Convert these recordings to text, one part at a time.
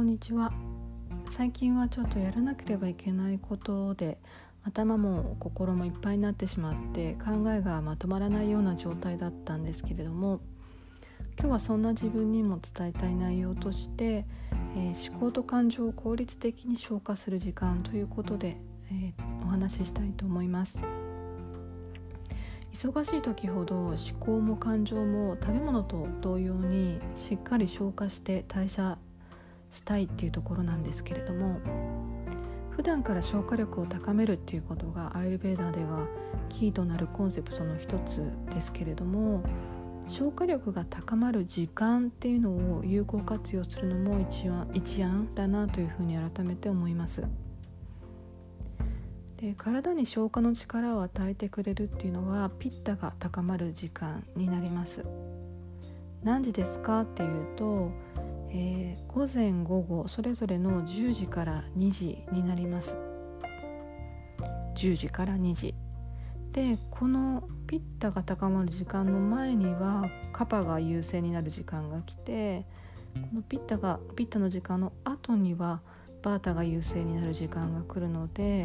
こんにちは。最近はちょっとやらなければいけないことで頭も心もいっぱいになってしまって考えがまとまらないような状態だったんですけれども、今日はそんな自分にも伝えたい内容として、思考と感情を効率的に消化する時間ということで、お話ししたいと思います。忙しい時ほど思考も感情も食べ物と同様にしっかり消化して代謝したいっていうところなんですけれども、普段から消化力を高めるっていうことがアイルベーダーではキーとなるコンセプトの一つですけれども、消化力が高まる時間っていうのを有効活用するのも一案だなというふうに改めて思います。で、体に消化の力を与えてくれるっていうのはピッタが高まる時間になります。何時ですかっていうと、午前午後それぞれの10時から2時になります。10時から2時で、このピッタが高まる時間の前にはカパが優勢になる時間が来て、このピッタの時間の後にはバータが優勢になる時間が来るので、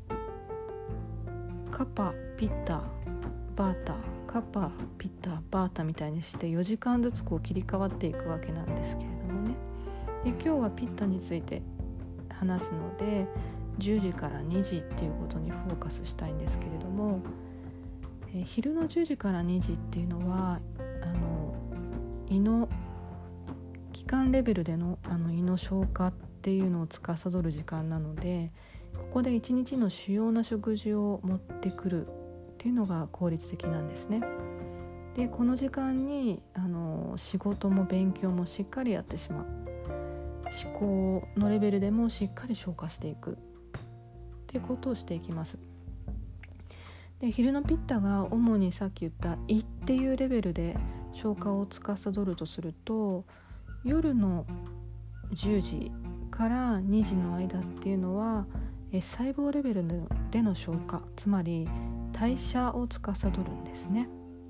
カパピッタバータカパピッタバータみたいにして4時間ずつ切り替わっていくわけなんですけれどもね。で、今日はピッタについて話すので10時から2時っていうことにフォーカスしたいんですけれども、昼の10時から2時っていうのは胃の気管レベルでの胃の消化っていうのを司る時間なので、ここで一日の主要な食事を持ってくるっていうのが効率的なんですね。で、この時間に仕事も勉強もしっかりやってしまう、思考のレベルでもしっかり消化していくっていうことをしていきます。で、昼のピッタが主にさっき言った胃っていうレベルで消化を司るとすると、夜の10時から2時の間っていうのは細胞レベルでの消化、つまり代謝を司るんですね。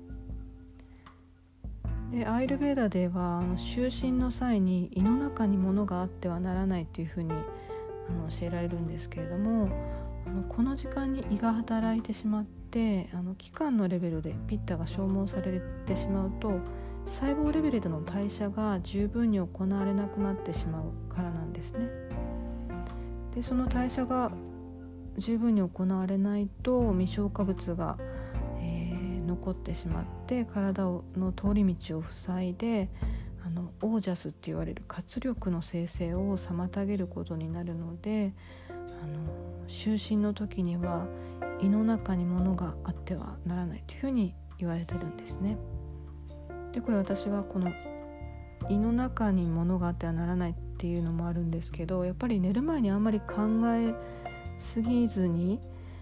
で、アイルベーダでは就寝の際に胃の中に物があってはならないというふうに教えられるんですけれども、この時間に胃が働いてしまって気管のレベルでピッタが消耗されてしまうと、細胞レベルでの代謝が十分に行われなくなってしまうからなんですね。で、その代謝が十分に行われないと未消化物が、残ってしまって体の通り道を塞いでオージャスって言われる活力の生成を妨げることになるので、就寝の時には胃の中に物があってはならないというふうに言われてるんですね。で、これ私はこの胃の中に物があってはならないっていうのもあるんですけど、やっぱり寝る前にあんまり考えすぎずに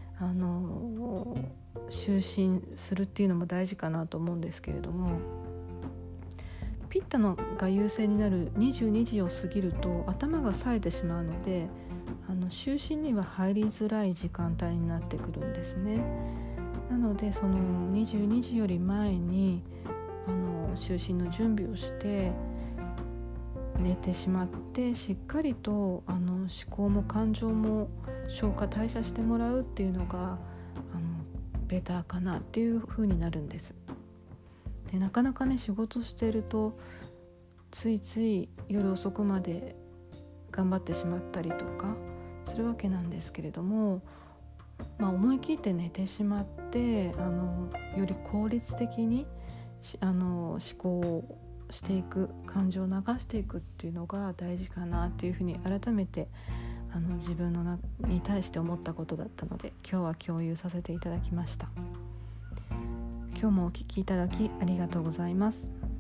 就寝するっていうのも大事かなと思うんですけれども、ピッタのが優勢になる22時を過ぎると頭が冴えてしまうので就寝には入りづらい時間帯になってくるんですね。なのでその22時より前に就寝の準備をして寝てしまって、しっかりと思考も感情も消化代謝してもらうっていうのがベターかなっていう風になるんです。で、なかなかね仕事してるとついつい夜遅くまで頑張ってしまったりとかするわけなんですけれども、思い切って寝てしまってより効率的に思考をしていく、感情を流していくっていうのが大事かなっていうふうに改めて自分に対して思ったことだったので、今日は共有させていただきました。今日もお聞きいただきありがとうございます。